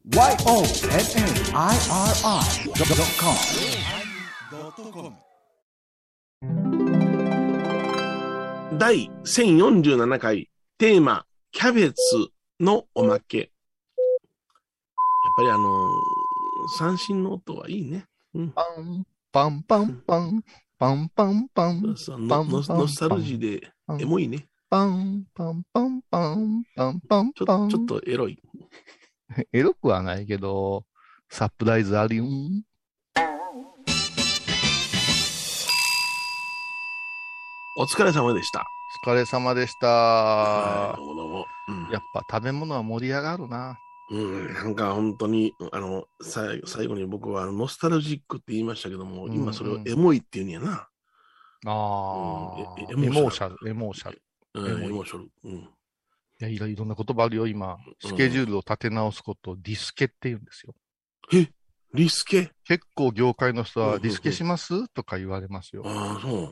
YONNIRI.com 第1047回テーマキャベツのおまけ。やっぱり三振の音はいいね。うん、 パンパンパンパンパンパンパンノスタルジーでエモいね。 パンパンパンパンパンパンパン。 ちょっとエロい。 エロくはないけど、サプライズありん。 お疲れ様でした。 お疲れ様でした。 はい、どうもどうも。 やっぱ食べ物は盛り上がるな。 なんか本当に、最後に僕はノスタルジックって言いましたけども、今それをエモいっていうんやな。 エモーシャル。 エモーシャル。 いや、いろんな言葉あるよ、今。スケジュールを立て直すことをリスケって言うんですよ。 リスケ？ 結構業界の人はリスケしますとか言われますよ。 ああ、そう。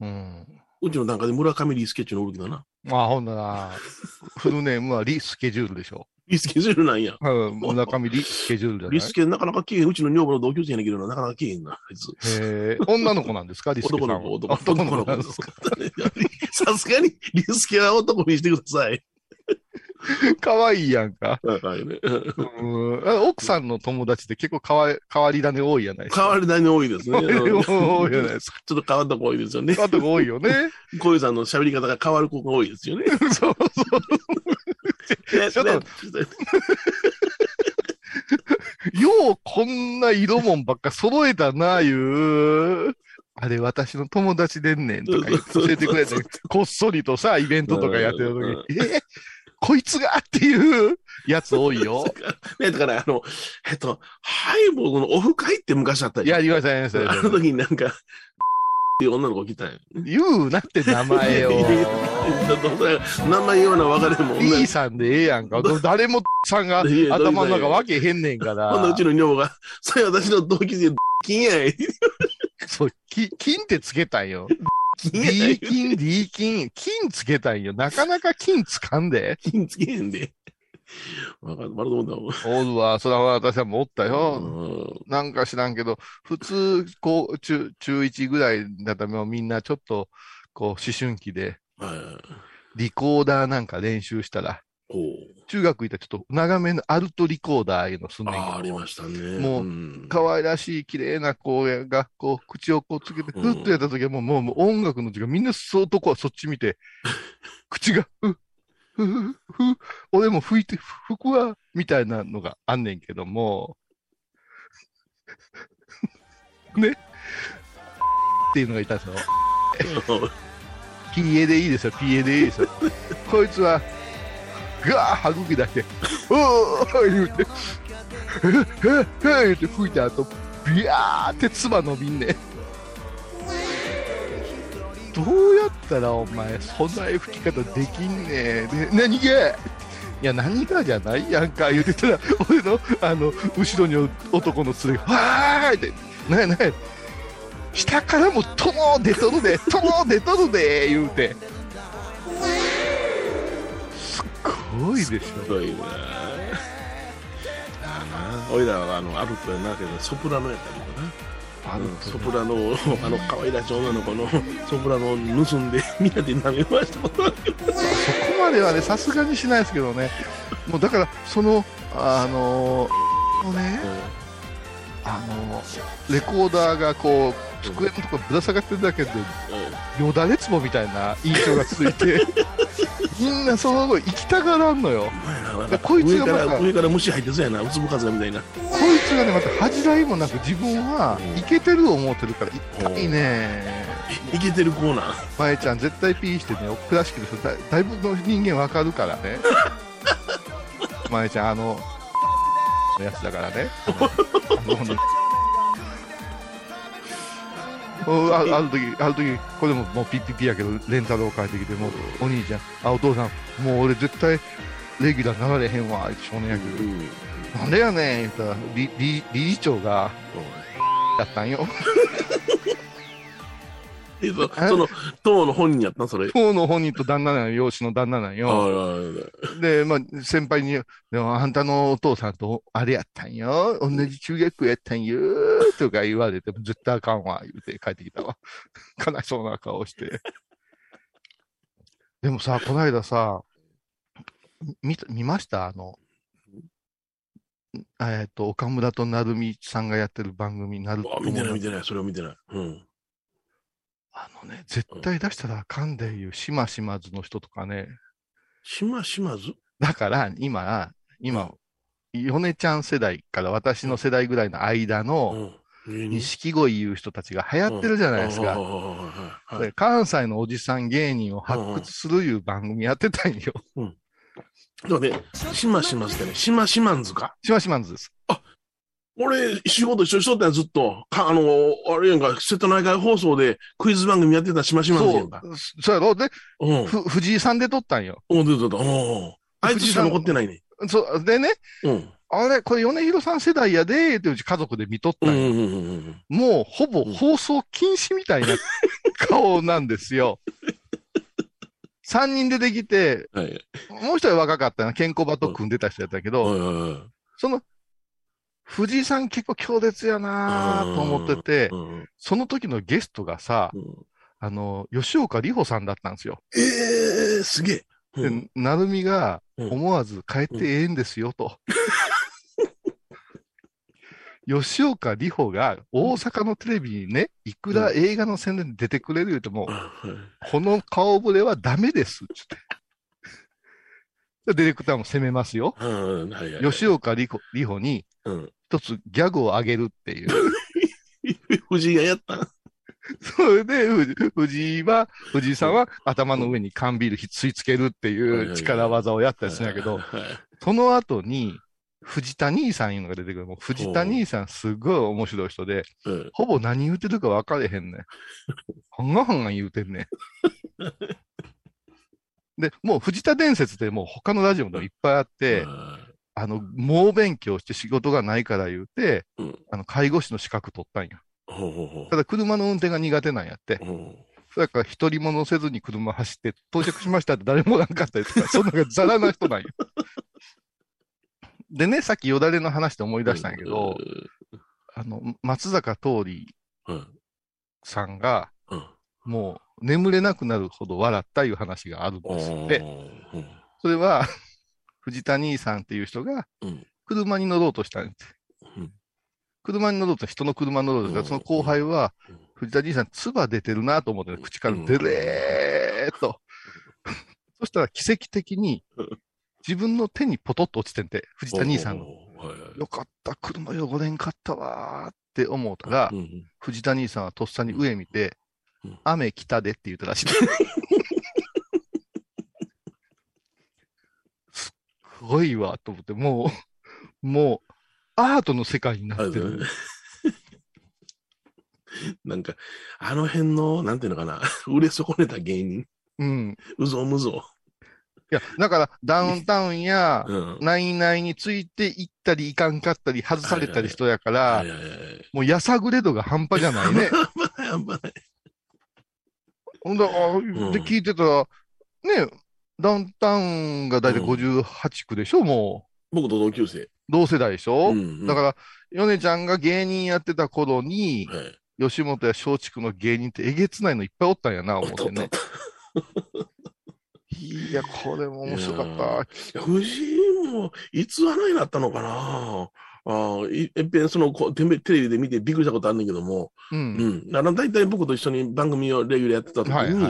うん。 うちの中で村上リスケッチのおるけどな。 ほんなら、フルネームはリスケジュールでしょ。 リスケジュールなんや。 村上リスケジュールじゃない？ リスケなかなか消えへん。うちの女房の同級生やねんけどなかなか消えへんな、あいつ。 女の子なんですかリスケさんは。 男の子ですか。さすがにリスケは男にしてください。 かわいいやんか。 ね、 奥さんの友達って結構変わり種多いじゃないですか。 変わり種多いですね。 多いじゃないですか。 ちょっと変わった子多いですよね。 変わった子多いよね。 小遊さんの喋り方が変わる子が多いですよね。 そう。ちょっと、ようこんな色もんばっか揃えたな、あれ私の友達でんねんとか教えてくれて、こっそりとさ、イベントとかやってるときに、こいつがっていうやつ多いよ。 だからハイボールのオフ会って昔あったじゃん。 言われた。 あの時になんか、っていう女の子来たんや。 言うなって名前を。 名前言うのは分かれへんもん。 B さんでええやんか。誰もさんが頭の中分けへんねんから。 ほんのうちの女房が、それ私の同級生、金やい。 そう、金ってつけたんよ。D 金つけたんよ。なかなか金つかんで。 金つけへんで。わかる、丸と思ったもん。 おるわ、それは私はもうおったよ。なんか知らんけど、普通、こう、中1ぐらいだったらみんなちょっと、こう、思春期で、リコーダーなんか練習したら、中学行ったらちょっと長めのアルトリコーダーいうのすんねんけど。 ありましたね。 もう、可愛らしい、綺麗な子が、こう、口をこうつけて、ふっとやった時はもう音楽の時がみんな男はそっち見て、口が、俺も吹くわ、みたいなのがあんねんけども、ねっていうのがいたんですよ。PA でいいですよ、PA でいいですよ。こいつは、ガー吐き出して、おー言うて、言うて吹いた後、ビヤーって唾伸びんねん。どうやったらお前、そんな吹き方できんねん。で、何がいや、何がじゃないやんか、言うてたら、俺の、後ろに男の連れが、わーいって、なに、下からもトモ出とるで、言うて。すごいでしょ。 すごいな。おいらはアルトやなけど、ソプラノやったけどな。ソプラノを、可愛らしい女の子のソプラノを盗んで、みんなで舐めましたことだけど。 そこまではね、さすがにしないですけどね。もうだから、レコーダーがこう、机のところぶら下がってるだけで、よだれ壺みたいな印象がついて、みんなその後行きたがらんのよ。こいつがまた上から虫入ってそうやな、うつぶかずみたいな。 こいつがね、また恥じらいもなく自分はイケてる思ってるから、痛いね。 イケてるコーナー。 まえちゃん絶対ピーしてね、クラシックの人だいぶの人間わかるからね。まえちゃんのやつだからね。ある時、これもうピッピピやけど、レンタルを帰ってきて、もう、お兄ちゃん、お父さん、もう俺絶対、レギュラーなられへんわ、少年野球。なんでやねん、言ったら、理事長が、やったんよ。 その、党の本人やったんそれ。 党の本人と旦那なんよ、養子の旦那なんあよ。で、まあ、先輩に、でもあんたのお父さんとあれやったんよ。同じ中学校やったんよ。とか言われて、絶対あかんわ、言うて帰ってきたわ。悲しそうな顔して。でもさ、この間さ、見ました岡村と成美さんがやってる番組、 見てない見てない、それを見てない。うん。 絶対出したらあかんでいう、島島津の人とかね。 島島津だから、今、米ちゃん世代から私の世代ぐらいの間の、錦鯉いう人たちが流行ってるじゃないですか。関西のおじさん芸人を発掘するいう番組やってたんよ。 だからね、島島津ってね、島島津か島島津です。 あ、俺、仕事一緒にしとったやん、ずっと。あれやんか、瀬戸内海放送でクイズ番組やってた島島津やんか。 そうやろで、藤井さんで撮ったんよ。 あいつしか残ってないね。 そう、でね、あれ、これ米広さん世代やでーってうち家族で見とったんよ。もうほぼ放送禁止みたいな顔なんですよ。3人出てきて、もう一人若かったな、ケンコバと組んでた人やったけど、その、藤井さん結構強烈やなと思ってて、その時のゲストがさ、吉岡里帆さんだったんですよ。 すげえ。 で、成美が思わず帰ってええんですよと。吉岡里帆が大阪のテレビにね、いくら映画の宣伝で出てくれる言うても、この顔ぶれはダメです、つって。ディレクターも責めますよ。吉岡里帆に、一つギャグをあげるっていう。 藤井がやったそれで、藤井さんは頭の上に缶ビール吸い付けるっていう力技をやったりするんやけど、その後に、藤田兄さんいうのが出てくる。もう藤田兄さんすごい面白い人で、ほぼ何言うてるか分かれへんねん。はんがはんが言うてんねん。で、もう藤田伝説ってもう他のラジオもいっぱいあって、猛勉強して仕事がないから言うて、介護士の資格取ったんや。ただ車の運転が苦手なんやって。だから一人も乗せずに車走って到着しましたって誰もなかったりとか、そんなザラな人なんよ。でね、さっきよだれの話で思い出したんやけど、松坂桃李さんが、もう眠れなくなるほど笑ったいう話があるんですって。それは、藤田兄さんっていう人が、車に乗ろうとしたんです。車に乗ろうと、人の車に乗ろうとしたら、その後輩は、藤田兄さん、唾出てるなと思って、口から出れーっと。そしたら奇跡的に、自分の手にポトッと落ちてんて、藤田兄さんの。よかった、車汚れんかったわーって思ったら、藤田兄さんはとっさに上見て、雨来たでって言ったらしい。すっごいわと思って、もう、アートの世界になってる。 なんか、あの辺の、なんていうのかな、売れ損ねた芸人。うぞうむぞう。 いや、だから、ダウンタウンや、ナイナイについて行ったり行かんかったり、外されたり人やから、もうやさぐれ度が半端じゃないね。 半端ない。 ほんで、聞いてたら、ね、ダウンタウンがだいたい58区でしょ、もう。僕と同級生。 同世代でしょ、だから、米ちゃんが芸人やってた頃に、吉本や松竹の芸人ってえげつないのいっぱいおったんやな、思ってね。いや、これも面白かった。 藤井も、いつ話題になったのかないっぺん、テレビで見てびっくりしたことあるんだけども、大体僕と一緒に番組をレギュラーやってた時に、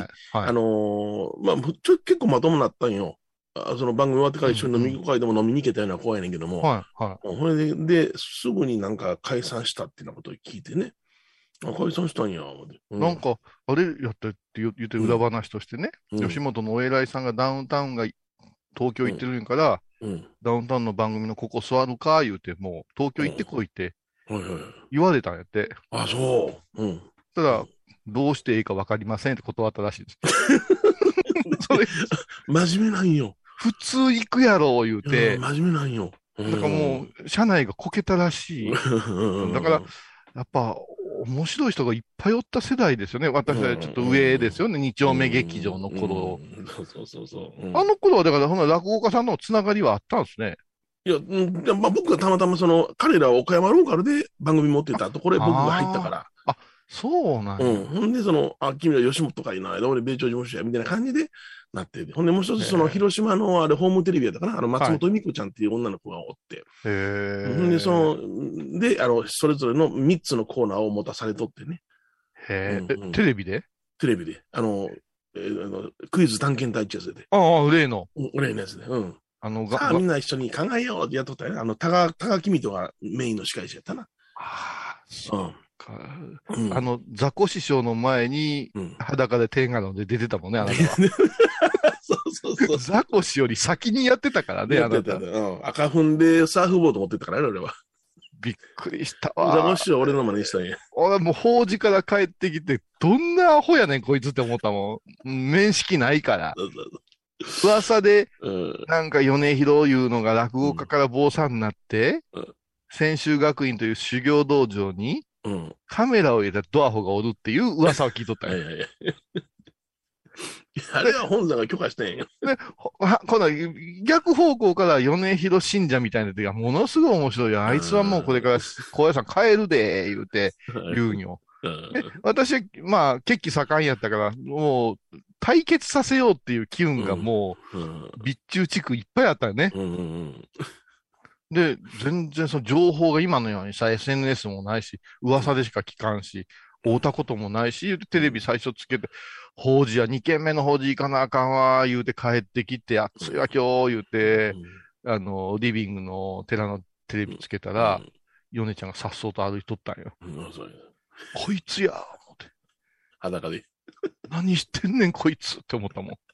結構まともになったんよ。その番組終わってから一緒に飲み会でも飲みに行けたような子やねんけども、それで、すぐになんか解散したっていうようなことを聞いてね、解散したんや。 なんか、あれやったって言って裏話としてね、吉本のお偉いさんがダウンタウンが東京行ってるんから、ダウンタウンの番組のここ座るか言うて、もう東京行ってこいって言われたんやって。 あ、そう。 ただ、どうしていいか分かりませんって断ったらしいです。それ真面目なんよ。 普通行くやろ、言うて。 真面目なんよ。 だからもう、社内がこけたらしい。だから、やっぱ、 面白い人がいっぱいおった世代ですよね。私はちょっと上ですよね。二丁目劇場の頃。 そうそうそうそう。 あの頃は、だから、ほな、落語家さんのつながりはあったんですね。 いや、まあ、僕がたまたま彼らは岡山ローカルで番組持ってたところへ僕が入ったから。 あ、そうなんや。 ほんで、君は吉本かいな、俺、米朝事務所や、みたいな感じでなってて。ほんで、もう一つ、広島のあれ、ホームテレビやったかな、松本美子ちゃんっていう女の子がおって。ほんで、それぞれの3つのコーナーを持たされとってね。 テレビでテレビで。クイズ探検隊ってやつで。 例の。 例のやつで。さあ、みんな一緒に考えようってやっとったよね。多賀君とがメインの司会者やったな。 そうか。ザコ師匠の前に、裸で天下ので出てたもんね、あなたは。そうそう。ザコ師より先にやってたからね、あなた。 赤踏んでサーフボード持ってったからね、俺は。 びっくりしたわ。 ザコ師匠俺の真似したんや。 俺もう法事から帰ってきて、どんなアホやねん、こいつって思ったもん。面識ないから。噂で、なんか米広いうのが落語家から坊さんになって、専修学院という修行道場に、カメラを入れたドアホがおるっていう噂を聞いとったよ。 あれは本山が許可してんや。 今度は逆方向から米広信者みたいな時がものすごい面白いよ。あいつはもうこれから高野山帰るで、言うんよ。で私は、まあ、血気盛んやったから、もう、対決させようっていう機運がもう、備中地区いっぱいあったよね。で、全然その情報が今のようにさ、SNS もないし、噂でしか聞かんし、会うたこともないし、テレビ最初つけて、法事や2軒目の法事行かなあかんわ、言うて帰ってきて、暑いわ今日、言うて、リビングの寺のテレビつけたら、ヨネちゃんがさっそうと歩いとったんよ。こいつや、思って。 裸で。 何してんねん、こいつって思ったもん。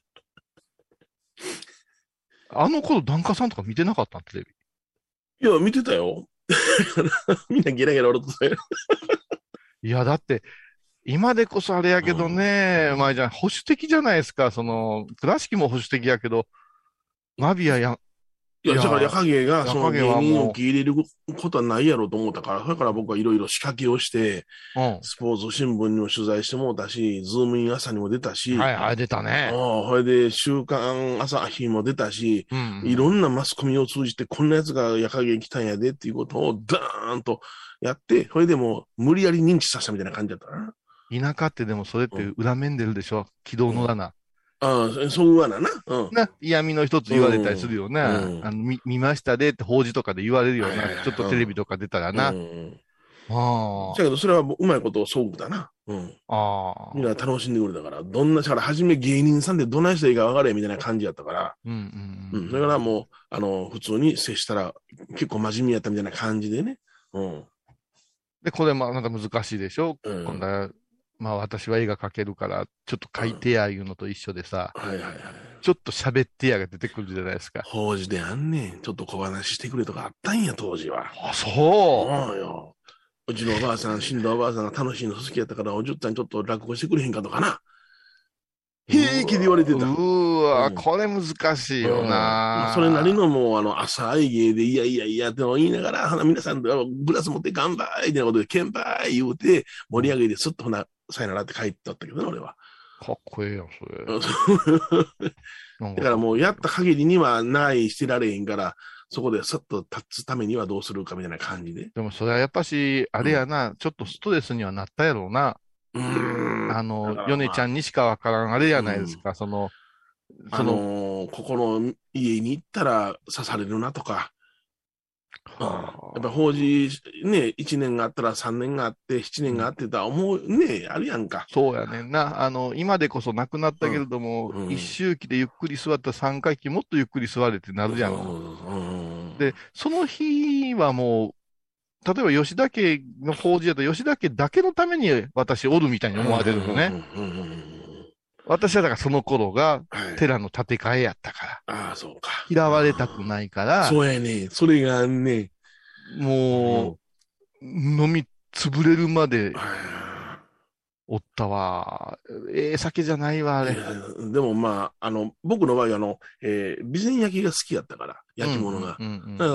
あの頃、檀家さんとか見てなかったん、テレビ。 いや、見てたよ。みんなゲラゲラ笑ってたよ。 いや、だって、今でこそあれやけどね、まあじゃあ保守的じゃないですか、倉敷も保守的やけど、マビアや、 いや、だから、矢影が、芸人を受け入れることはないやろうと思ったから、だから僕はいろいろ仕掛けをして、スポーツ新聞にも取材してもうたし、ズームイン朝にも出たし、 出たね。 それで、週刊朝日も出たし、いろんなマスコミを通じて、こんなやつが矢影来たんやでっていうことをダーンとやって、それでもう無理やり認知させたみたいな感じだったな。 田舎ってでもそれって裏面出るでしょ、軌道の棚。 そういうわな。 嫌味の一つ言われたりするよな。見ましたでって報じとかで言われるよな。ちょっとテレビとか出たらな。だけどそれはうまいことをそうだな。みんな楽しんでくれたから、どんな、だから初め芸人さんでどないしていいか分かれみたいな感じやったから、だからもう、普通に接したら結構真面目やったみたいな感じでね。 で、これまた難しいでしょ。今度はまあ私は絵が描けるから、ちょっと描いてやいうのと一緒でさ、ちょっと喋ってやが出てくるじゃないですか。 法事であんねん。ちょっと小話してくれとかあったんや、当時は。 そうよ。うちのおばあさん、死んだおばあさんが楽しいの好きやったから、おじゅっちゃんちょっと落語してくれへんかとかな。平気で言われてた。 これ難しいよな。 それなりのもう、浅い芸で、いやいやいやって言いながら、皆さん、グラス持って乾杯みたいなことで、乾杯言うて、盛り上げて、すっとさよならって帰ってたけどね、俺は。 かっこええやん、それ。 だからもう、やった限りにはないしてられへんから、そこでさっと立つためにはどうするかみたいな感じで。 でもそれはやっぱし、あれやな、ちょっとストレスにはなったやろうな。米ちゃんにしかわからん、あれやないですか、ここの家に行ったら刺されるなとか、やっぱ法事ね、1年があったら3年があって、7年があってたら思うね、あるやんか。 そうやねんな。今でこそ亡くなったけれども、一周期でゆっくり座った3回忌もっとゆっくり座れってなるじゃん。で、その日はもう、例えば吉田家の法事だと吉田家だけのために私おるみたいに思われるのね。私はだからその頃が寺の建て替えやったから。 そうか。 嫌われたくないから。 そうやね。それがね。 もう、飲み潰れるまでおったわ。酒じゃないわ、あれ。 でもまあ、僕の場合備前焼きが好きやったから、焼き物が。だから、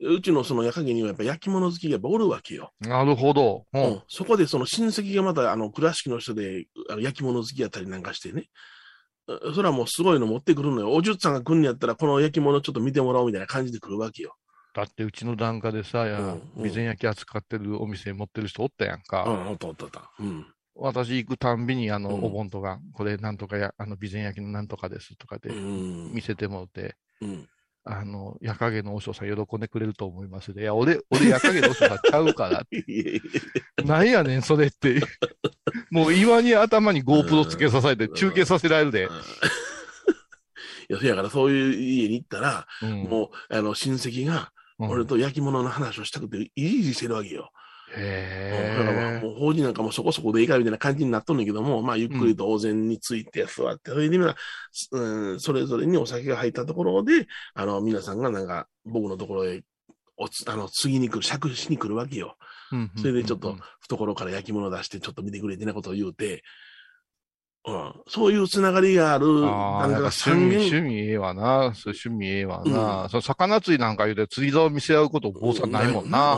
うちのその夜影にはやっぱ焼き物好きがやっぱおるわけよ。 なるほど。 うん。そこでその親戚がまた倉敷の人で焼き物好きやったりなんかしてね。それはもうすごいの持ってくるのよ。おじゅっさんが来んのやったらこの焼き物ちょっと見てもらおうみたいな感じで来るわけよ。 だってうちの檀家でさ、備前焼き扱ってるお店持ってる人おったやんか。 おった。うん。 私行くたんびにお盆とか、これなんとか備前焼きのなんとかですとかで見せてもらって、夜影の和尚さん喜んでくれると思いますで、いや、俺夜影の和尚さんちゃうからって。なんやねん、それって。もう今に頭に GoPro つけさせて中継させられるで。 いや、そやからそういう家に行ったら、もう、親戚が、俺と焼き物の話をしたくて、いじいじしてるわけよ。 へだからもう法事なんかもそこそこでいいかみたいな感じになっとんねんけども、まあゆっくりとお膳について座って、それでそれぞれにお酒が入ったところで、皆さんがなんか僕のところへ次に来る、酌しに来るわけよ。それでちょっと懐から焼き物出してちょっと見てくれってなことを言うて、そういうつながりがある、 なんか趣味ええわな。そう趣味ええわな。魚釣りなんか言うて釣り竿見せ合うこと坊さんないもんな。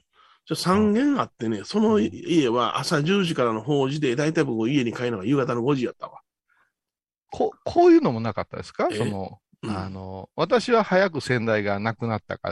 3軒あってね、その家は朝10時からの法事で、だいたい僕家に帰るのが夕方の5時やったわ。 こういうのもなかったですか？私は早く先代が亡くなったから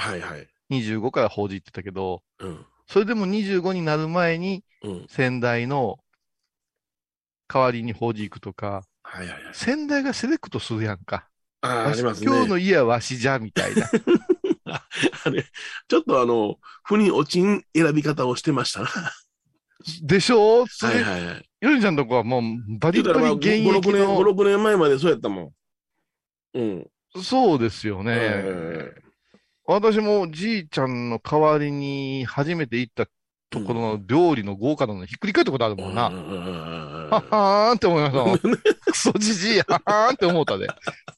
、25から法事行ってたけど、それでも25になる前に、先代の代わりに法事行くとか、先代がセレクトするやんか。 ありますね。 今日の家はわしじゃ、みたいな。 あれ、ちょっと腑に落ちん選び方をしてましたな。 でしょ？ヨリちゃんのとこはもうバリバリ現役の。 5、6年前までそうやったもん。 そうですよね。私もじいちゃんの代わりに初めて行ったところの料理の豪華なのひっくり返ったことあるもんな。ははーんって思いました。クソじじい、ははーんって思ったで。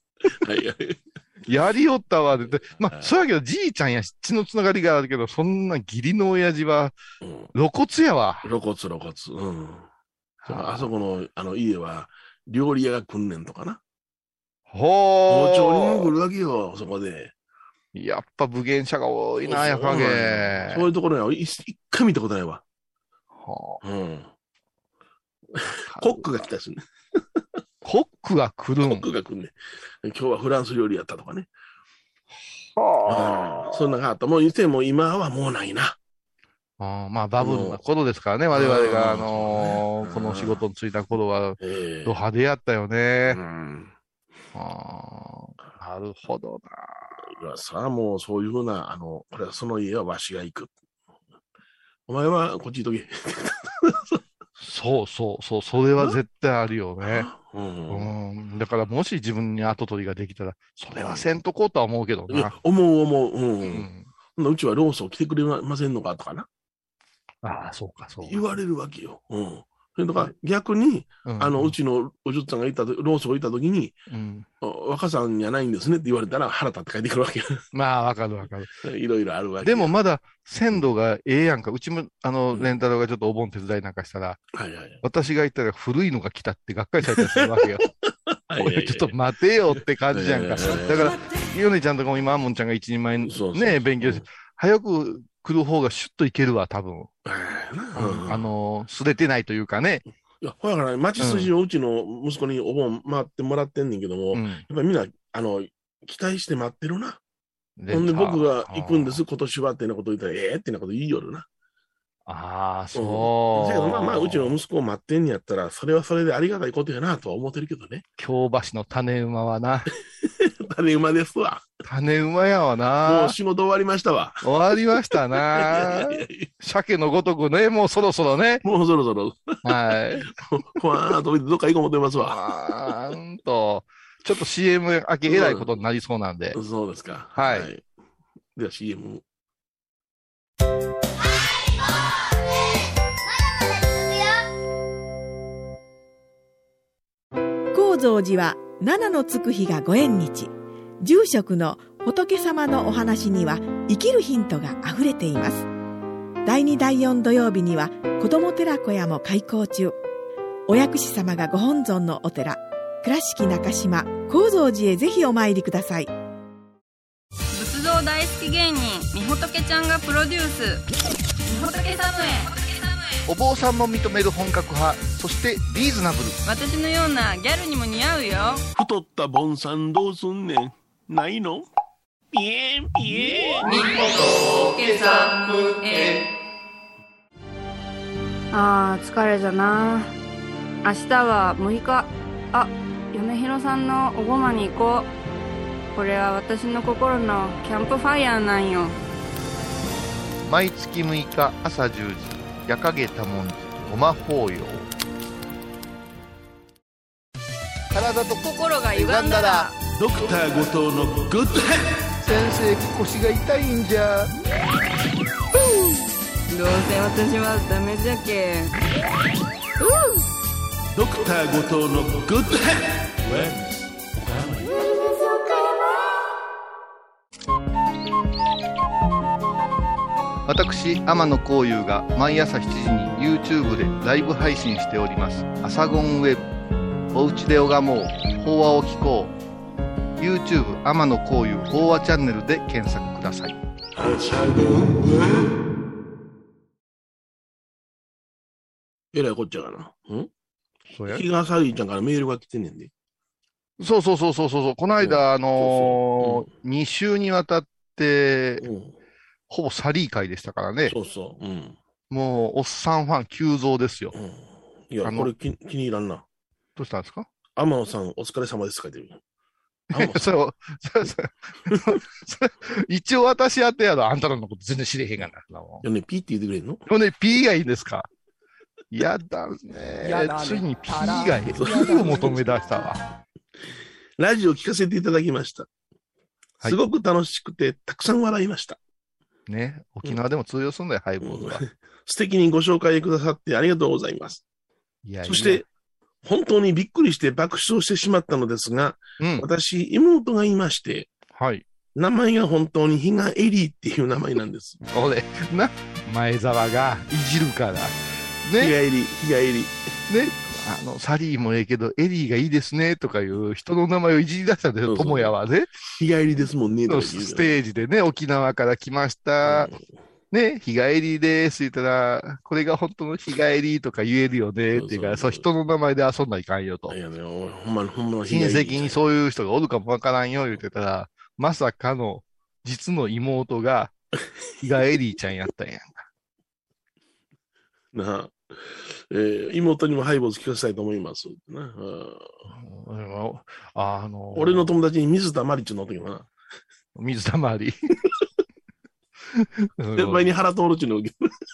やりよったわ。まあ、そうやけど、じいちゃんや血のつながりがあるけど、そんな義理の親父は、露骨やわ。 露骨。あそこの、家は、料理屋が来んねんとかな。包丁にも来るわけよ、そこで。 やっぱ武芸者が多いな、やかげ。 そういうところには一回見たことないわ。コックが来たしね。 コックが来るん？ コックが来るね。今日はフランス料理やったとかね。そんなのがあった。もう今はもうないな。 まあ、バブルな頃ですからね、我々が、この仕事に就いた頃は、ド派手やったよね。なるほどな。 さあ、もうそういうふうな、これはその家はわしが行く。お前はこっち行っとけ。 そう、それは絶対あるよね。だからもし自分に跡取りができたら、それはせんとこうとは思うけどな。 思う。うちはローソン来てくれませんのかとかな。 そうか。 言われるわけよ。それとか逆に、うちのおじゅっさんがローソンがいたときに、若さんじゃないんですねって言われたら腹立って帰ってくるわけよ。 まあ、わかる。 いろいろあるわけ。 でもまだ鮮度がええやんか。うちも、レンタルがちょっとお盆手伝いなんかしたら、私が言ったら古いのが来たってがっかりされたりするわけよ。おい、ちょっと待てよって感じやんか。だから、ヨネちゃんとかも今、アンモンちゃんが一人前ね、勉強して、早く来る方がシュッといけるわ、多分。すれてないというかね。 いや、ほやから町筋をうちの息子にお盆回ってもらってんねんけども、やっぱりみんな、期待して待ってるな。ほんで僕が行くんです、今年はってなこと言ったら、ってなこと言いよるな。 そう。 だけどまあ、うちの息子を待ってんやったら、それはそれでありがたいことやなとは思ってるけどね。 京橋の種馬はな。 種馬ですわ。 種馬やわな。 もう仕事終わりましたわ。 終わりましたな。鮭のごとくね、もうそろそろね。 もうそろそろ。 はい。 ふわーっとどっか行こう思ってますわ。ちょっと CM 明けえらいことになりそうなんで。 そうですか。 はい。 では CM。 高蔵寺は七のつく日がご縁日。住職の仏様のお話には生きるヒントがあふれています。第2第4土曜日には子ども寺小屋も開校中。お薬師様がご本尊のお寺、倉敷中島・高蔵寺へぜひお参りください。 仏道大好き芸人みほとけちゃんがプロデュース、みほとけサムエ。 お坊さんも認める本格派、そしてリーズナブル。 私のようなギャルにも似合うよ。 太ったボンさんどうすんねん。ないの？ピエンピエン。 みほとけサムエ。あー疲れじゃな。明日は6日。あ、嫁ひろさんのおごまに行こう。これは私の心のキャンプファイヤーなんよ。 毎月6日朝10時、夜影多文字ごま法要。体と心が歪んだらドクター後藤のグッドヘッ先生腰が痛いんじゃ。 どうせ私はダメじゃけ。 ドクター後藤のグッドヘッ私天野幸雄が毎朝7時に YouTube でライブ配信しておりますアサゴンウェブ。おうちで拝もう法話を聞こう。 YouTube 天野幸雄法話チャンネルで検索ください。 えらいこっちゃかな。 そうや。 日がさりちゃんからメールが来てんねんで。 そう。この間、2週にわたって、ほぼサリー会でしたからね。 そうそう。 もう、おっさんファン急増ですよ。 いや、これ気に入らんな。 どうしたんですか？ 天野さん、お疲れ様です書いてる。 そう一応私やってやろ。あんたらのこと全然知れへんがな。 いやね、ピーって言ってくれんの？ ほんで、P がいいんですか？やだね。ついに P がいい。P を求め出したわ。 ラジオ聞かせていただきました。 はいすごく楽しくて、たくさん笑いました。 ね。沖縄でも通用するんだよ、ハイボールは。 素敵にご紹介くださってありがとうございます。 いやいやそして、本当にびっくりして爆笑してしまったのですが、 うん。 私、妹がいまして、 はい。 名前が本当に比嘉エリーっていう名前なんです。 俺、前澤がいじるから。 比嘉ね。 エリー、比嘉エリー。 ね。サリーもええけど、エリーがいいですね、とかいう人の名前をいじり出したんですよ、 そうそう友也はね。 日帰りですもんね、とか言うステージでね、沖縄から来ました。ね、日帰りです言ったら、これが本当の日帰りとか言えるよね、っていうから、そう、人の名前で遊んだらいかんよとい。やね、ほんま親日帰り戚にそういう人がおるかもわからんよ、言ってたら、まさかの、実の妹が、日帰りちゃんやったんやんか。 なあ、妹にもハイボーズ聞かせたいと思います。な俺の友達に水田マリちゃんの時もな。 水たまり。 先輩に腹通るっちゅうの。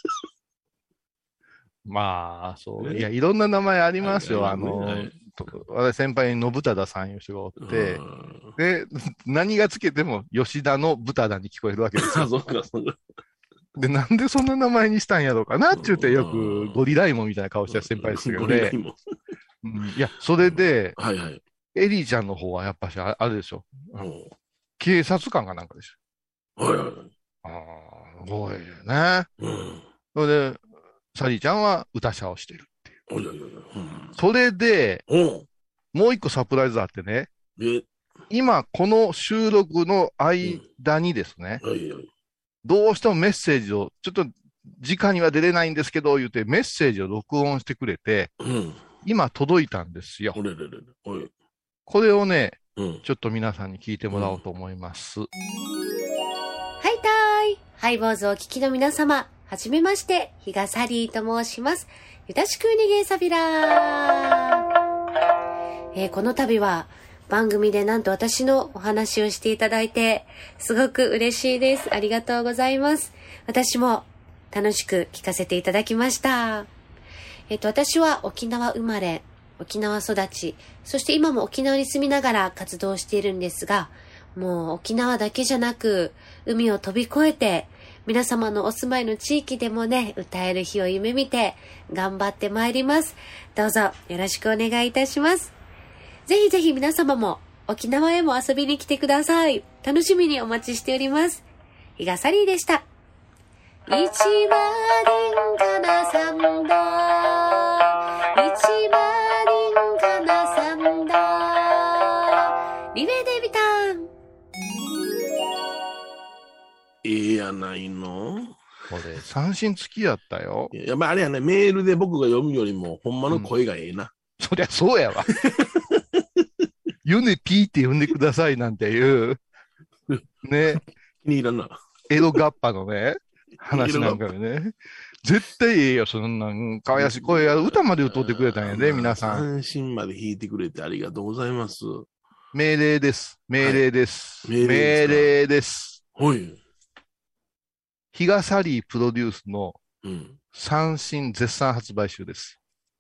まあ、そう。 ねいや、いろんな名前ありますよ。 はい私先輩に信忠さんいう人がおって、で、何がつけても吉田の豚田に聞こえるわけですよ。 そうか、そうか。 で、なんでそんな名前にしたんやろうかなって言ってよくゴリライモンみたいな顔してる先輩ですけどね。いや、それで、 はいはい。 エリーちゃんの方はやっぱしあれでしょ。 うん警察官かなんかでしょ。 はいはい。 ああ、すごいよね。それで、サリーちゃんは歌者をしてるっていう。 おいおいおい。 それで、 おもう一個サプライズあってね、 で、 今この収録の間にですね、 はいはい。 どうしてもメッセージを、ちょっと直には出れないんですけど、言ってメッセージを録音してくれて、今届いたんですよ。これをね、ちょっと皆さんに聞いてもらおうと思います。 はいたーい。ハイボーズをお聞きの皆様、はじめまして、比嘉サリーと申します。よろしくにげさびらー。この度は、番組でなんと私のお話をしていただいて、すごく嬉しいです。ありがとうございます。私も楽しく聞かせていただきました。私は沖縄生まれ、沖縄育ち、そして今も沖縄に住みながら活動しているんですが、もう沖縄だけじゃなく、海を飛び越えて、皆様のお住まいの地域でもね、歌える日を夢見て、頑張ってまいります。どうぞよろしくお願いいたします。ぜひぜひ皆様も沖縄へも遊びに来てください。楽しみにお待ちしております。比嘉サリーでした。一万人かなさんだ。一万人かなさんだ。リベデビタン。 やないの。 これ、三振付きやったよ。 やっぱあれやね、メールで僕が読むよりも、ほんまの声がええな。 そりゃそうやわ。ヨネピーって呼んでくださいなんていう、ね、 気に入らんな。 江戸ガッパのね、話なんかでね。絶対ええよ、そんなん。かわいらしい声や、歌まで歌ってくれたんやで、皆さん。 三振まで弾いてくれてありがとうございます。 命令です。命令です。 はい命令ですか命令です。 はい。 ヒガサリープロデュースのうん。 三振絶賛発売中です。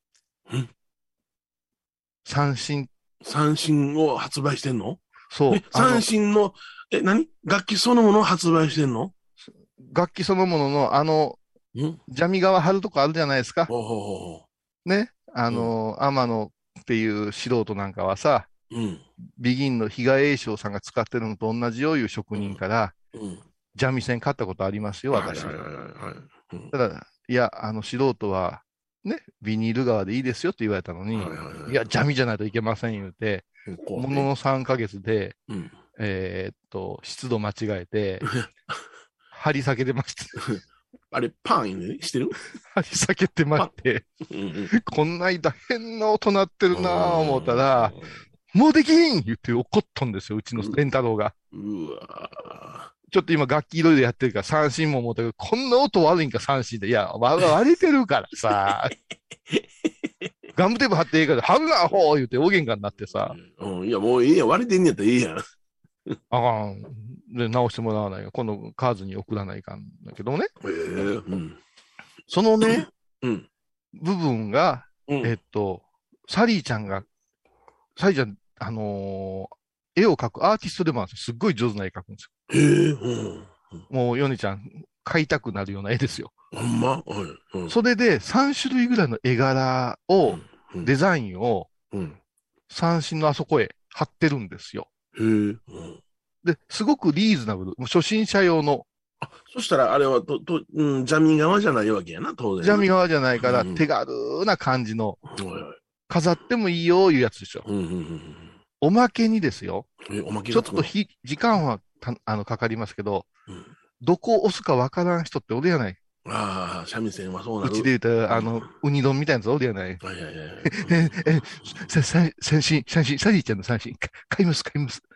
三振、 三振を発売してんの？ そう。 三振の、何楽器そのものを発売してんの？ 楽器そのものの、 うんジャミ側張るとこあるじゃないですか。 ほうほうほね。天野っていう素人なんかはさ、 う。うん。 ビギンの比嘉栄翔さんが使ってるのと同じよういう職人から、 うん。 ジャミ線買ったことありますよ、私。 はいはいはいはい。うんただ、いや、素人は、ね、ビニール側でいいですよって言われたのに、 はいはいはいいや、ジャミじゃないといけません言うて、 こうねものの3ヶ月で、 うん。 湿度間違えて、張り裂けてました。 あれ、パンね、してる？ 張り裂けてまして、 うんうん。 こんな間変な音鳴ってるなぁ思ったら、もうできん言って怒ったんですよ、うちのレンタロウが。 うわちょっと今楽器いろいろやってるから三振も思ったけど、こんな音悪いんか三振で。いや、割れてるからさ。ガムテープ貼っていいから、貼るな、ほう言うて大喧嘩になってさ。 うん。いや、もういいやん。割れてんねやったらいいやん。 あかん。で、直してもらわないか。今度、カーズに送らないかんだけどね。 うん。 そのね、 うん。 部分が、 うん。 サリーちゃん、絵を描くアーティストでもあるんですよ。すっごい上手な絵描くんですへえ、うん。 よ。もう、ヨネちゃん、描いたくなるような絵ですよ。 ほんまはい。うん。 それで、3種類ぐらいの絵柄を、 うんデザインを、 うん。 三振のあそこへ貼ってるんですよ。 へえ。うん。 で、すごくリーズナブル。もう初心者用の、 そしたら、あれは、ジャミ側じゃないわけやな、当然。 ジャミ側じゃないから、 うん手軽な感じの、 はいはい。 飾ってもいいよ、いうやつですよ。 うんうんうんおまけにですよ。 うん。おまけちょっがつくのと時間はかかりますけど、 うんどこを押すかわからん人っておるやない。 ああ、三味線はそうなる。 うちで言うたら、ウニ丼みたいなやつおるやない。 はいはいはい。 三振、サリーちゃんの三振、買います、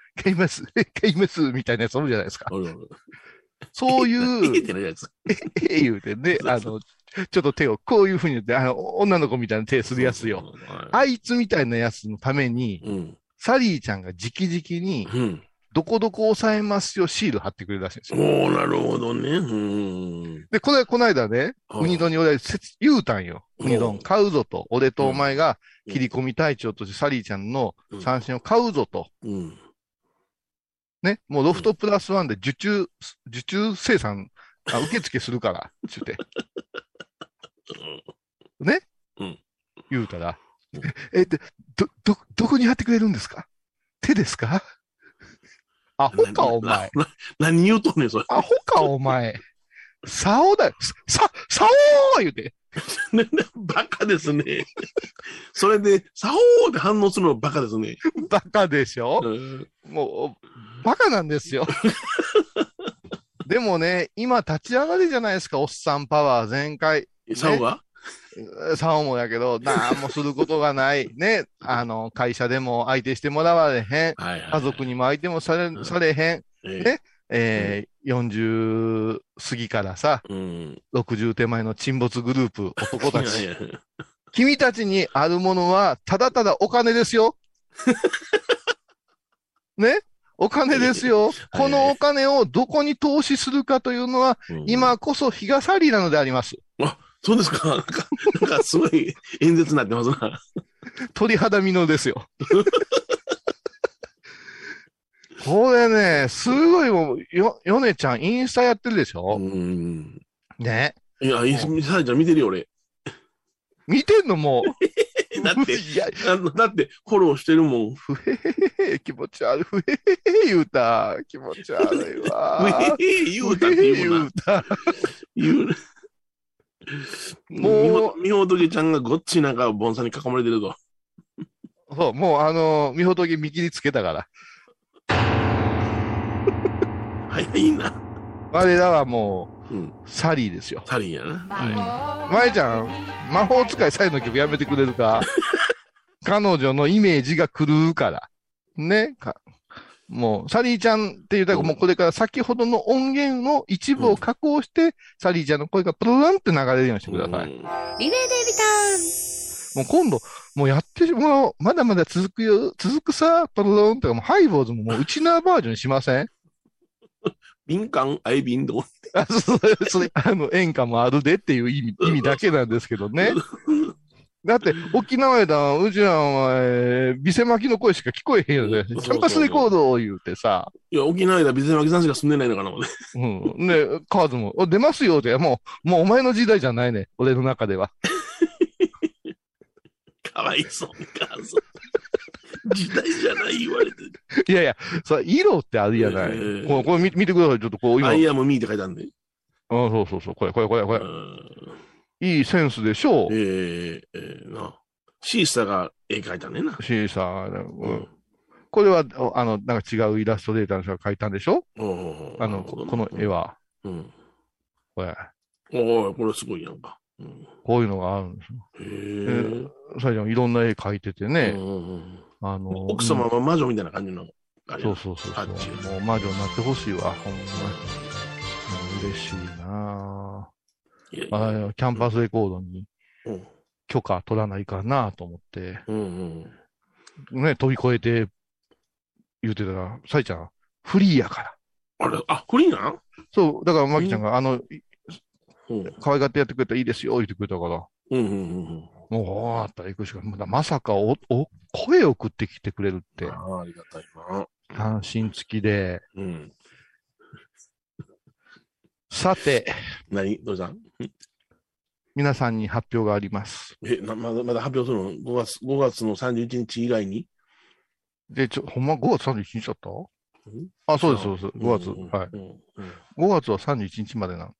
みたいなやつおるじゃないですか。 おるおる。 そういうええってなるやつ。 言うてね、ちょっと手をこういうふうに言って、女の子みたいな手するやつよ。 はあいつみたいなやつのために、 い。うん。 サリーちゃんが直々に、 うん。 どこどこ押さえますよ、シール貼ってくれるらしいんですよ。 おー、なるほどね。うん。 で、この間ね、 はいウニ丼に俺、言うたんよ。ウニ丼うん買うぞと。俺とお前が切り込み隊長としてサリーちゃんの三振を買うぞと。 うん。 ね、もうロフトプラスワンで受注生産、受付するから、つって。ね、 うん言うたらうん、 どこに貼ってくれるんですか？手ですか？アホか、お前。 何言うとんねん、それ。 アホか、お前。竿だよ。竿言うて。 バカですね。それで、さおーって反応するのバカですね。 バカでしょ？ うんもう、バカなんですよ。でもね、今立ち上がりじゃないですか、おっさんパワー全開。 さおがサオもやけど、なんもすることがない。ね、会社でも相手してもらわれへん。 はいはい。 家族にも相手もされへん。 えね40過ぎからさ、 うん。 60手前の沈没グループ、男たち。 いやいや君たちにあるものは、ただただお金ですよ。ね、お金ですよ。このお金をどこに投資するかというのは、 うん今こそ日傘りなのであります。 そうですか。なんかすごい演説になってますな。 鳥肌みのですよ。これね、すごいもう、ヨネちゃんインスタやってるでしょ、 うん。 ね。 いや、サイちゃん見てるよ、俺。 見てんのもう。 だって、 いや、 だって、フォローしてるもん。 ふへへへ、気持ち悪い。ふへへへ言うた。気持ち悪いわ。 言うたって言うな言う。た。 言うな。 もうみほとけちゃんがごっちなんかボンさんに囲まれてると。 そう、もうみほとけ見切りつけたから。 早いな。 我らはもうん。 う、サリーですよ。 サリーやな。はまえちゃん、魔法使いサリーの曲やめてくれるか彼女のイメージが狂うから。ね。もう、サリーちゃんって言ったら、もうこれから先ほどの音源の一部を加工して、サリーちゃんの声がプルンって流れるようにしてください。 うん。 リレーデイビタもう今度、もうやってもう、まだまだ続くよ、続くさ、プルルンとか、もうハイボーズももううちなバージョンにしません敏感アイビンド。 あ、それ、演歌もあるでっていう意味だけなんですけどね。だって、沖縄やうちらは、ビセマキの声しか聞こえへんよね。キそうそうそうャンパスレコードを言うてさ。 いや、沖縄では別に脇さんしか住んでないのかな、俺。 うん。で、カーズも、出ますよって、もうお前の時代じゃないね。俺の中では。 かわいそうに、母さん。時代じゃない言われてる。 いやいや、色ってあるやない。これ見てください。ちょっとこう、今。 アイアムミーって書いてあるんで。 そう。これ。 うんいいセンスでしょう。 な。シーサが絵描いたねんな。 シーサー、 うんこれは、なんか違うイラストレーターの人が描いたんでしょうんこの絵は。 うん。 これ。 おーこれすごいやんか。うんこういうのがあるんですよ。 へえ。 サイちゃんいろんな絵描いててね。 奥様は魔女みたいな感じの。 そう。 タッチもう魔女になってほしいわ、ほんまに。もう嬉しいないやいぁ。 やキャンパスレコードにうん許可取らないかなと思って、 うんね、飛び越えて言うてたら、サイちゃん、フリーやから。 あれ、あ、フリーなんそう、だからマキちゃんが、 うん可愛がってやってくれたらいいですよ、言ってくれたから。 うん。 もう、終わったら行くしか、まさか声を送ってきてくれるって、 ありがたいな。 安心付きで。 うん。 さて、 何どうしたん皆さんに発表があります。 まだ発表するの ?5 月の31日以外にで、ほんま5月31日だったあ、そうです。5月。はい。5月は31日までな。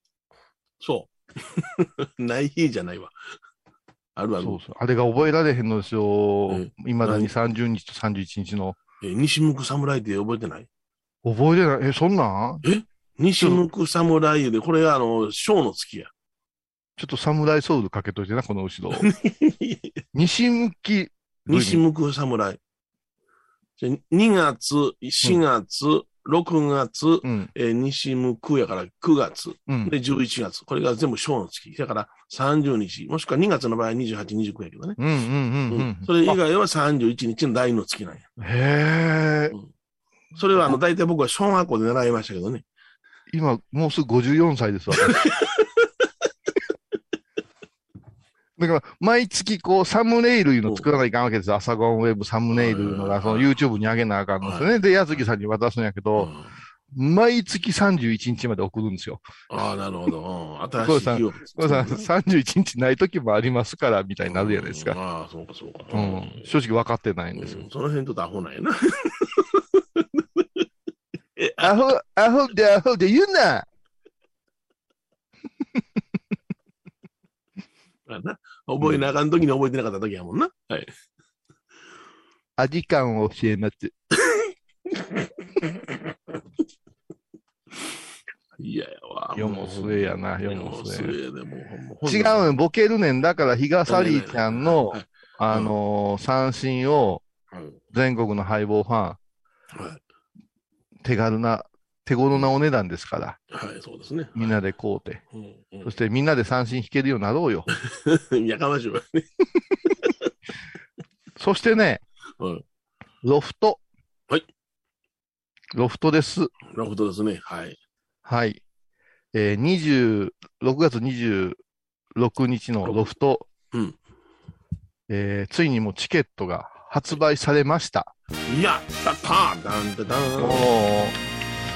そう。ない日じゃないわ。あるある。 そう。あれが覚えられへんのですよ。未だに何 30日と31日の。 西向く侍って覚えてない覚えてない。そんなん西向く侍で、これがショーの月や。 ちょっと侍ソウルかけといてな、この後ろ。西向き。 西向く侍。2月、4月、6月、西向くやから9月、で11月。これが全部小の月。だから30日、もしくは2月の場合は28、29やけどね。それ以外は31日の第2の月なんや。 へー。 それは大体僕は小学校で習いましたけどね。 今、もうすぐ54歳ですわ。だから、毎月こう、サムネイルいうの作らないかんわけですよ。朝ゴンウェブサムネイルのが、その YouTube に上げなあかんのですよね。で、やつぎさんに渡すんやけど、毎月31日まで送るんですよ。 ああ、なるほど。新しい日を。 31日ない時もありますから、みたいになるじゃないですか。 ああ、そうか。 正直分かってないんですよ。 その辺とアホなんやな。 アホで言うな覚えなあかん時に覚えてなかった時やもんな。はい。 味感を教えます。 いやわ。 世も末やな、世も末。 でも違うの、ボケるねん。だから、日がサリーちゃんの、三振を、全国のハイボーファン、手頃なお値段ですから。 はい、そうですね。 みんなで買うて。そしてみんなで三振弾けるようになろうよ。 やかましいわね。 そしてね、ロフト。 はい。 ロフトです。 ロフトですね。はい。 はい。6月26日のロフト。ついにもチケットが発売されました。 やったーダンダダン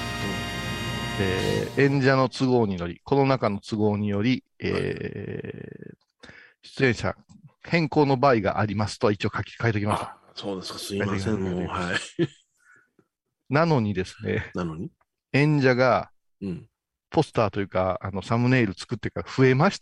演者の都合により、コロナ禍の都合により、出演者変更の場合がありますとは一応書いておきました。 そうですか、すいません、もう、はい。 なのにですね、演者が、ポスターというか、サムネイル作ってから増えました。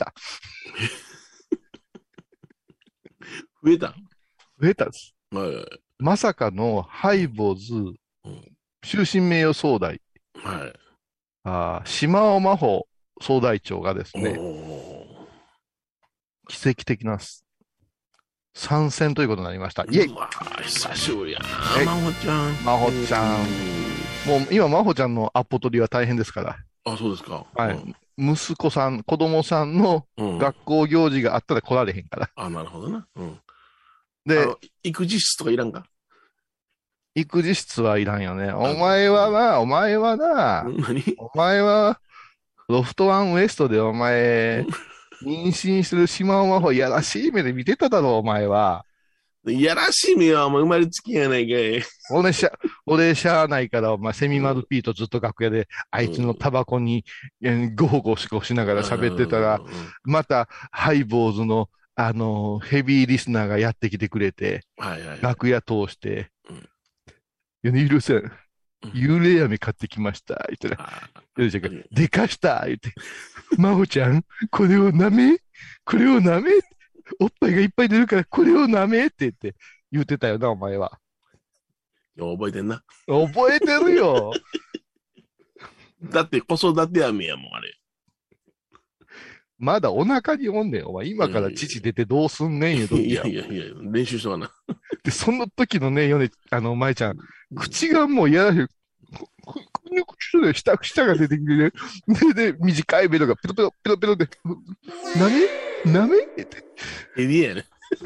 増えたんです。まさかのハイボーズ、終身名誉総代。 島尾真帆総大長がですね、 お奇跡的な参戦ということになりました。イェイ。 うわー久しぶりやえな、まほちゃん。 真帆ちゃん。もう今、真帆ちゃんのアポ取りは大変ですから。 あ、そうですか。 はい。息子さん、子供さんのうん。 学校行事があったら来られへんから。 あ、なるほどな。うん。 で、 育児室とかいらんか。 育児室はいらんよね。お前はな、 何お前は、ロフトワンウエストでお前、妊娠する島尾真帆やらしい目で見てただろ、お前は。 いやらしい目はもう生まれつきやないかい。 俺しゃあないから、お前、セミマルピーとずっと楽屋で、あいつのタバコに、ゴーゴーしながら喋ってたら、また、ハイボーズの、ヘビーリスナーがやってきてくれて、 はいはい。 楽屋通してうん、 米広さん、 うん幽霊飴買ってきました。言ったら、 あヨネちゃんが、でかした言って、真帆ちゃん、これを舐めおっぱいがいっぱい出るから、これを舐めって言ってたよな、お前は。 よう覚えてんな。 覚えてるよ。 だって子育て飴やもん、あれ。 まだお腹におんねん。お前、今から父出てどうすんねん、言うときいややいやいや、練習しとかな。 で、その時のね、舞ちゃん、口がもうやらしい。この口で舌が出てきてね。で、短いベロがペロペロ、ペロペロで、なめって。 エビやね。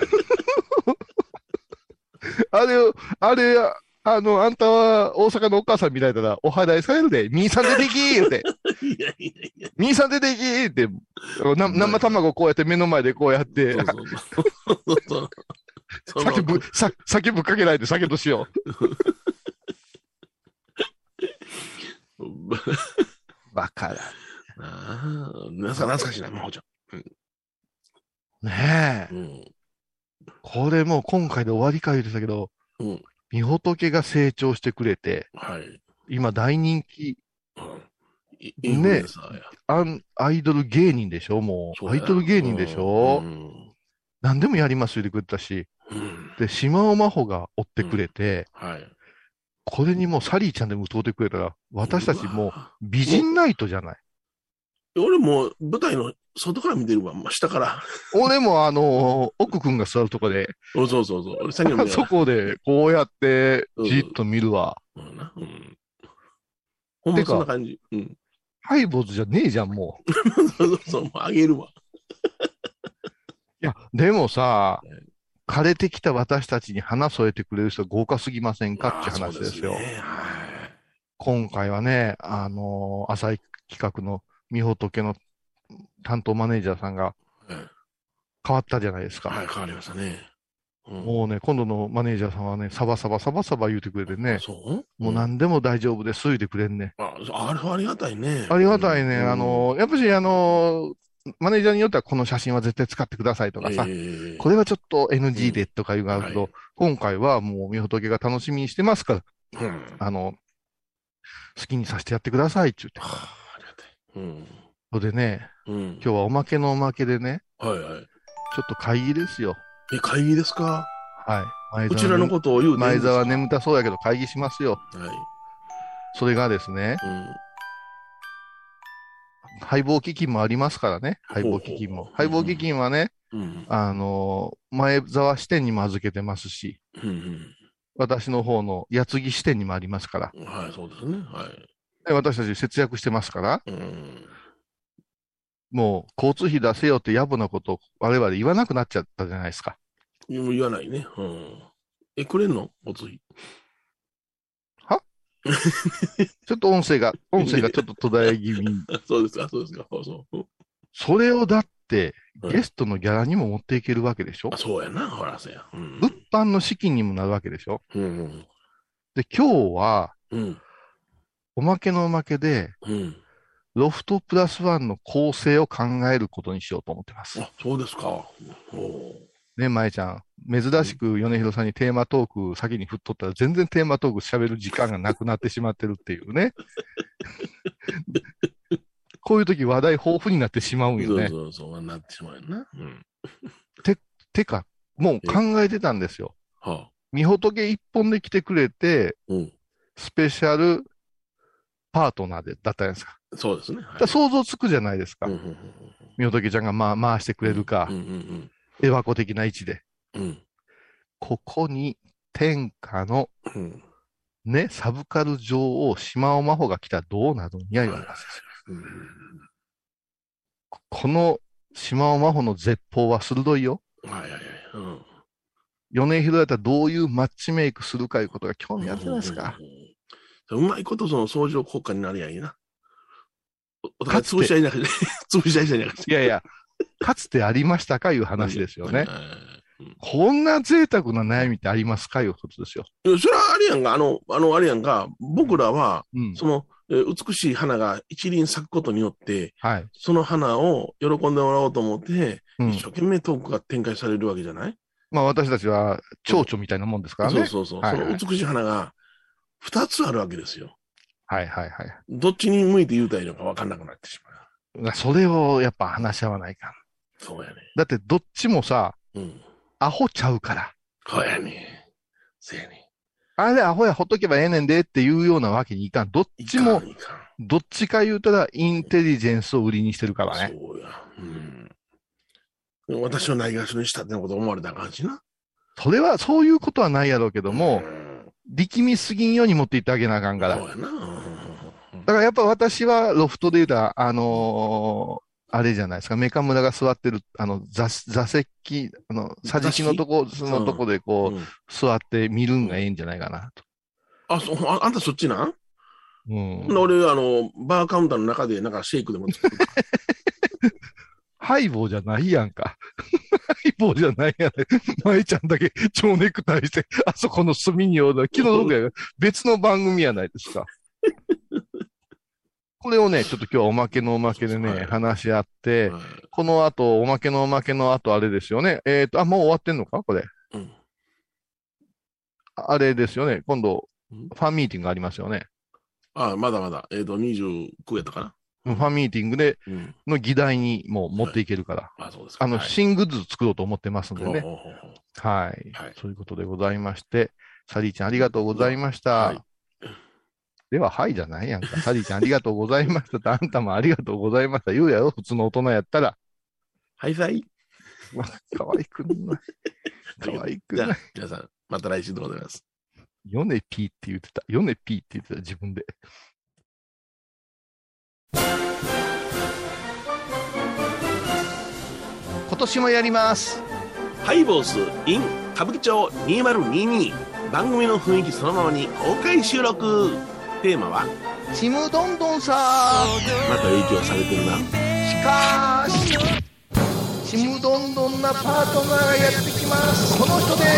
あれ、あんたは大阪のお母さんみたいだら、お祓いされるで、兄さん出てきー言うて、 いやいやいや。 兄さん出てきーって、生卵こうやって目の前でこうやって、 そうそうそうそう。 酒ぶっかけないで酒としよう。バカだ。 ああ、懐かしいな、真帆ちゃねえ。 ん。うん。 これもう今回で終わりか言ってたけど、 うん。 みほとけが成長してくれて、 はい。 今大人気、 うんインフルエンサーや。 アイドル芸人でしょもう。 そうやアイドル芸人でしょ、 うん。 何でもやります言ってくれたし。 うん。 で、島尾真帆が追ってくれて、 はい。 これにもうサリーちゃんでも歌ってくれたら、私たちもううわ美人ナイトじゃない。 俺もう舞台の外から見てるわ、下から。 俺も奥くんが座るとこで、 そうそうそう。俺先に見そこでこうやってうんじっと見るわ。 うんな。うん。ほんまそんな感じ。うん。 ハイボーズじゃねえじゃん、もう。 そうそうそう、もうあげるわ。 いや、でもさはい、 枯れてきた私たちに花添えてくれる人豪華すぎませんかっていう話ですよ。 そうねはい今回はね、浅井企画のみほとけの担当マネージャーさんがはい変わったじゃないですか。 はい、変わりましたね。うんもうね、今度のマネージャーさんはね、サバサバ言うてくれてね、 そうもう何でも大丈夫です、言うてくれんね。 あれはありがたいね。 ありがたいね。 うんやっぱしマネージャーによってはこの写真は絶対使ってくださいとかさ、 ええこれはちょっと NG でとかいうのがあるけど、 はい今回はもうみほとけが楽しみにしてますから、 うん。 好きにさせてやってくださいって言って。 はあ、ありがたい。うん。 それでね、 うん。 今日はおまけのおまけでね、 はいはい。 ちょっと会議ですよ。 会議ですかはい。 こちらのことを言うていいん前ですか澤眠たそうやけど会議しますよ。 はい。 それがですね、配合基金もありますからね。配合基金も。配合基金はね、 うん。 前澤支店にも預けてますし、 うん。 私の方の矢継ぎ支店にもありますから。 うん。はい、そうですね。はい。 で私たち節約してますから、 うん。 もう交通費出せよって野暮なことを我々言わなくなっちゃったじゃないですか。 言わないね。うん。くれんのおつぎ。 ちょっと音声がちょっと途絶え気味。 そうですか、そうですか。そう。 それをだって、 はいゲストのギャラにも持っていけるわけでしょ、 あ、そうやな。ほら、そうや。うん。 物販の資金にもなるわけでしょうん。 で、今日は、 うん。 おまけのおまけで、 うん。 ロフトプラスワンの構成を考えることにしようと思ってます。 あ、そうですか。 ね、まえちゃん。珍しく米広さんにテーマトーク先に振っとったら全然テーマトーク喋る時間がなくなってしまってるっていうね。こういう時話題豊富になってしまうんよね。 そう、なってしまうよな。うん。 てか、もう考えてたんですよ。 はあ。 みほとけ一本で来てくれて、 うん。 スペシャルパートナーだったじゃないですか。 そうですね。 だから想像つくじゃないですか。 うんうんうんみおとけちゃんが回してくれるかうん、うんエワコ的な位置で。 うんここに天下のうんね、サブカル女王、島尾真帆が来たらどうなるんや、いう話ですよ。 うんこの島尾真帆の絶法は鋭いよ。 はいはいはい。うん米広やったらどういうマッチメイクするかいうことが興味あるじゃないですか。 うまいことその相乗効果になりゃいいな。お互い潰し合いなくて、潰し合いじゃなくて。 いやいや、かつてありましたかいう話ですよね。 うんこんな贅沢な悩みってありますかいうことですよ。 いやそれはあれやんか、あれやんか、僕らは、 うん。 その、美しい花が一輪咲くことによって、 はい。 その花を喜んでもらおうと思って、 うん一生懸命トークが展開されるわけじゃないまあ私たちは蝶々みたいなもんですからね。 そうそうそう。 はいはいその美しい花が二つあるわけですよ。 はいはいはい。 どっちに向いて言うたらいいのか分かんなくなってしまう。 それをやっぱ話し合わないかん。 そうやね。 だってどっちもさ、 うん。 アホちゃうから。 そうやね。そうやね。 あれアホやほっとけばええねんでっていうようなわけにいかん。どっちも、 いかん。 どっちか言うたらインテリジェンスを売りにしてるからね。 そうや。うん。私をないがしろにしたってこと思われた感じな。 それは、そういうことはないやろうけども、 うん力みすぎんように持っていってあげなあかんから。だそうやな。 からやっぱ私はロフトで言うたら、あれじゃないですか、メカ村が座ってる、座席、桟敷のとこ、そのとこでこう、 うん座って見るんがええんじゃないかなと。 あんたそっちなんうん。 俺、バーカウンターの中でなんかシェイクでも作る。 ハイボーじゃないやんか。ハイボーじゃないやね。舞ちゃんだけ蝶ネクタイして、あそこの隅におる。昨日僕や別の番組やないですか。これをね、ちょっと今日はおまけのおまけでね、 はい話し合って、 はいこの後、おまけのおまけの後あれですよね。もう終わってんのかこれ。 うんあれですよね。今度、 うんファンミーティングありますよね。 まだまだ。29やったかな。 ファンミーティングで、 うん。 の議題にもう持っていけるから。 そうですか。はい新グッズ作ろうと思ってますんでね。 ほうほうほうほうはい。 はいそういうことでございまして、サリーちゃんありがとうございました。 はいでは、はいじゃないやんか。サリーちゃんありがとうございましたと。あんたもありがとうございました。言うやろ。普通の大人やったら。 ハイファイ。 可愛くない。可愛くじゃあない。、 皆さん、また来週でございます。 ヨネピーって言ってた。ヨネピーって言ってた。自分で。今年もやります。 ハイボース in 歌舞伎町2022。番組の雰囲気そのままに公開収録。テーマは、 ちむどんどんさまた影響されてるな。 しかし、ちむどんどんなパートナーがやってきます。この人です。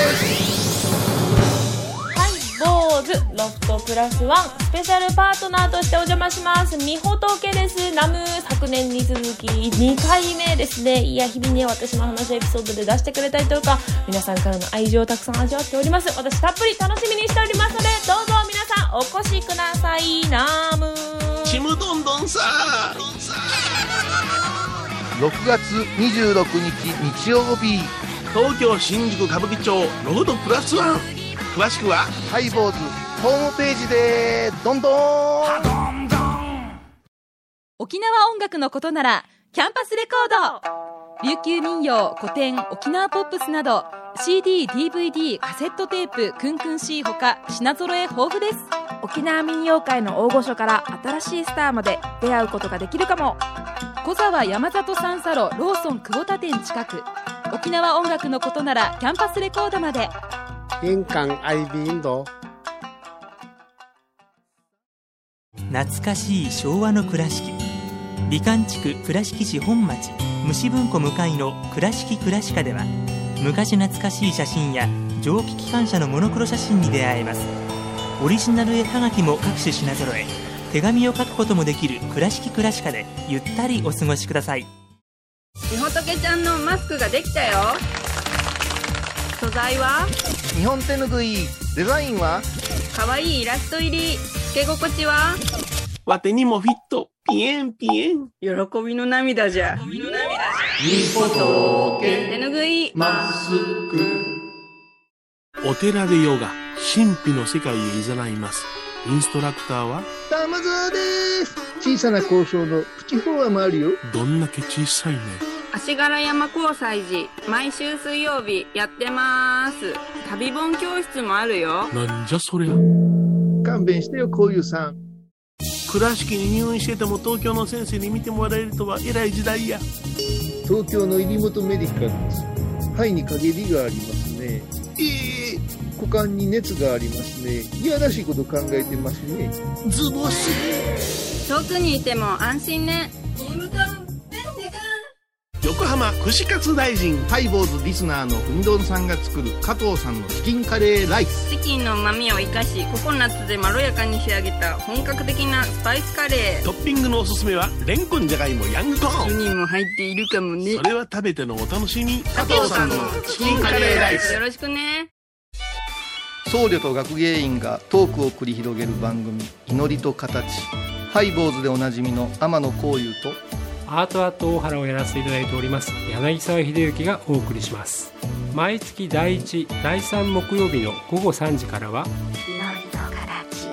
はい、坊主ロフトプラスワンスペシャルパートナーとしてお邪魔しますみほとけです。ナム昨年に続き2回目ですね。いや日々ね私の話エピソードで出してくれたりとか皆さんからの愛情をたくさん味わっております。私たっぷり楽しみにしておりますのでどうぞ皆さんお越しください。ナムちむどんどんさ 6月26日日曜日、 東京新宿歌舞伎町ロフトプラスワン。詳しくはハイボーズホームページでどんどん。 沖縄音楽のことならキャンパスレコード。琉球民謡、古典、沖縄ポップスなど CD、DVD、カセットテープ、クンクン C ほか品揃え豊富です。 沖縄民謡界の大御所から新しいスターまで出会うことができるかも。 小沢山里三佐路ローソン久保田店近く。沖縄音楽のことならキャンパスレコードまで。 玄関アイビーンド。 懐かしい昭和の倉敷。美観地区倉敷市本町虫文庫向かいの倉敷倉歯科では昔懐かしい写真や蒸気機関車のモノクロ写真に出会えます。オリジナル絵はがきも各種品揃え、手紙を書くこともできる倉敷倉歯科でゆったりお過ごしください。 みほとけちゃんのマスクができたよ。素材は日本手ぬぐい。デザインはかわいいイラスト入り。つけ心地はわてにもフィット。ピエンピエン。 喜びの涙じゃ。 みほと手ぬぐいマスク。お寺でヨガ、神秘の世界へ誘います。 インストラクターは玉沢です。小さな交渉のプチフォアもあるよ。 どんだけ小さいね。 足柄山交際時毎週水曜日やってます。旅本教室もあるよ。 なんじゃそりゃ。 勘弁してよ、こういうさん。 倉敷に入院してても東京の先生に見てもらえるとは偉い時代や。 東京の入本メディカルです。肺に陰りがありますね。股間に熱がありますね。いやらしいこと考えてますね。 ズボス。 遠くにいても安心ね。 横浜串カツ大臣。 ハイボーズリスナーのうみどんさんが作る加藤さんのチキンカレーライス。 チキンの旨味を生かしココナッツでまろやかに仕上げた本格的なスパイスカレー。 トッピングのおすすめはレンコン、じゃがいも、ヤングコーン。 1人も入っているかもね。 それは食べてのお楽しみ。 加藤さんのチキンカレーライス。よろしくね。 僧侶と学芸員がトークを繰り広げる番組、祈りと形。ハイボーズでおなじみの天野幸雄とアートアット大原をやらせていただいております柳沢秀幸がお送りします。毎月第1、第3木曜日の午後3時からは祈りと形。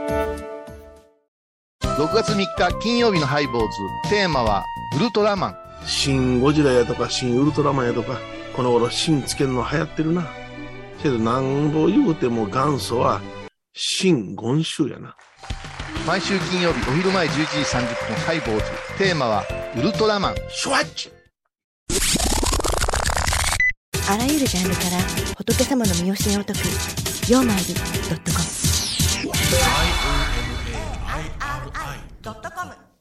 6月3日金曜日のハイボーズ、テーマはウルトラマン。 シン・ゴジラやとかシン・ウルトラマンやとか、この頃シンつけるの流行ってるな。けどなんぼ言うても元祖はシン・ゴンシュやな。 毎週金曜日お昼前11時30分ハイボーズ、テーマはウルトラマン。 シュワッチ。 あらゆるジャンルから仏様の身教えを解く曜マイル.com。